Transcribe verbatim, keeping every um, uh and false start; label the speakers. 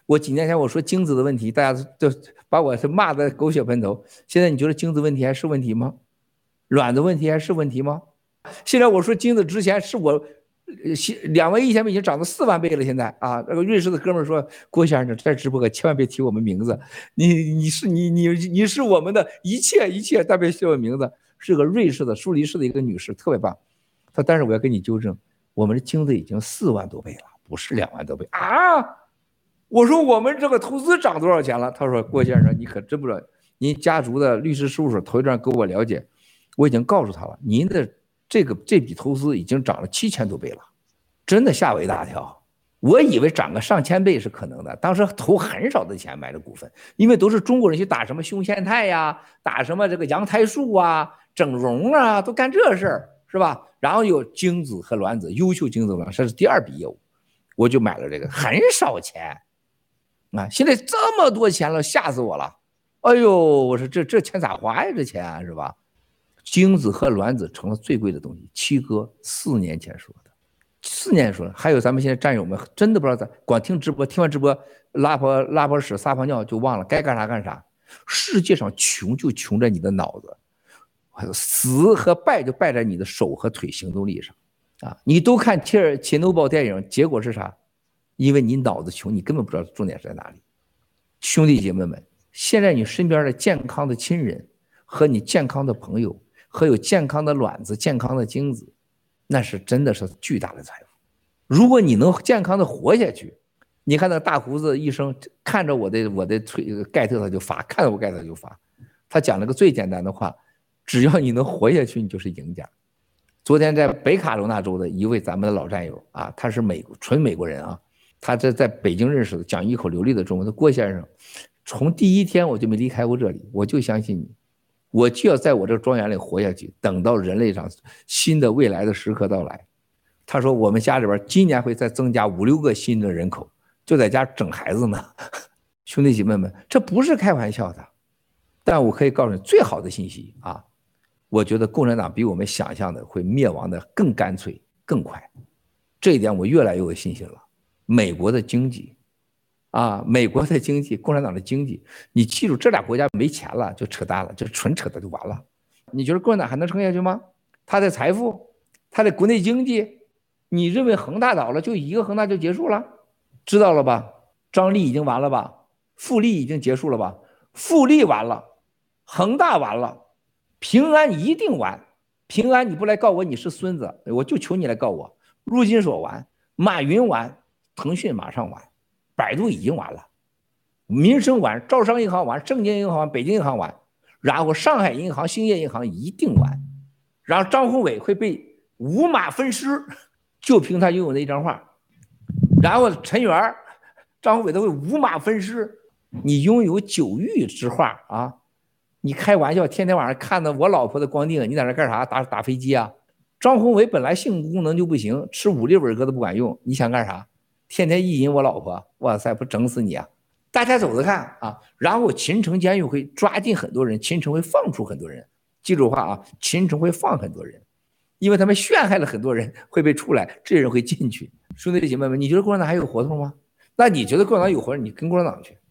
Speaker 1: 我几年前我说精子的问题，大家都把我是骂的狗血喷头。现在你觉得精子问题还是问题吗？卵子问题还是问题吗？现在我说精子之前是我两万一千倍已经涨到四万倍了。现在啊，那个瑞士的哥们说，郭先生在直播可千万别提我们名字，你你是你你你是我们的一切一切，但别提我名字。是个瑞士的苏黎世的一个女士，特别棒。她但是我要跟你纠正，我们的精子已经四万多倍了，不是两万多倍啊。我说我们这个投资涨多少钱了？他说郭先生，你可真不知道，您家族的律师事务所头一段给我了解，我已经告诉他了，您的这个这笔投资已经涨了七千多倍了，真的吓我一大跳。我以为涨个上千倍是可能的，当时投很少的钱买的股份，因为都是中国人去打什么胸腺肽呀，打什么这个羊胎素啊，整容啊，都干这事儿，是吧？然后有精子和卵子，优秀精子卵子，这是第二笔业务，我就买了这个，很少钱啊，现在这么多钱了，吓死我了！哎呦，我说这这钱咋花呀？这钱、啊、是吧？精子和卵子成了最贵的东西。七哥四年前说的，四年前说的。还有咱们现在战友们真的不知道咋，光听直播，听完直播拉泡拉泡屎撒泡尿就忘了该干啥干啥。世界上穷就穷在你的脑子，死和败就败在你的手和腿行动力上啊！你都看切切诺堡电影，结果是啥？因为你脑子穷，你根本不知道重点是在哪里。兄弟姐妹们，现在你身边的健康的亲人和你健康的朋友和有健康的卵子、健康的精子，那是真的是巨大的财富。如果你能健康的活下去，你看那大胡子医生看着我的我的腿盖特他就发，看着我盖特就发。他讲了个最简单的话，只要你能活下去，你就是赢家。昨天在北卡罗纳州的一位咱们的老战友啊，他是美国纯美国人啊。他这在北京认识的，讲一口流利的中文的郭先生，从第一天我就没离开过这里，我就相信你，我就要在我这个庄园里活下去，等到人类上新的未来的时刻到来。他说我们家里边今年会再增加五六个新的人口，就在家整孩子呢。兄弟姐妹们，这不是开玩笑的，但我可以告诉你最好的信息啊，我觉得共产党比我们想象的会灭亡的更干脆更快，这一点我越来越有信心了。美国的经济啊，美国的经济，共产党的经济，你记住这俩国家没钱了就扯淡了，就纯扯淡就完了。你觉得共产党还能撑下去吗？他的财富，他的国内经济，你认为恒大倒了就一个恒大就结束了？知道了吧？张力已经完了吧？富力已经结束了吧？富力完了，恒大完了，平安一定完。平安你不来告我你是孙子，我就求你来告我。陆金所完，马云完，腾讯马上完，百度已经完了，民生完，招商银行完，证券银行完，北京银行完，然后上海银行、兴业银行一定完，然后张宏伟会被五马分尸，就凭他拥有那一张画，然后陈元、张宏伟都会五马分尸。你拥有九玉之画啊！你开玩笑，天天晚上看到我老婆的光腚，你在那干啥？打打飞机啊？张宏伟本来性功能就不行，吃五粒伟哥都不管用，你想干啥？天天意淫我老婆，哇塞，不整死你啊！大家走着看啊！然后秦城监狱会抓进很多人，秦城会放出很多人。记住话啊，秦城会放很多人，因为他们陷害了很多人，会被出来，这些人会进去。兄弟姐妹们，你觉得共产党还有活头吗？那你觉得共产党有活头，你跟共产党去。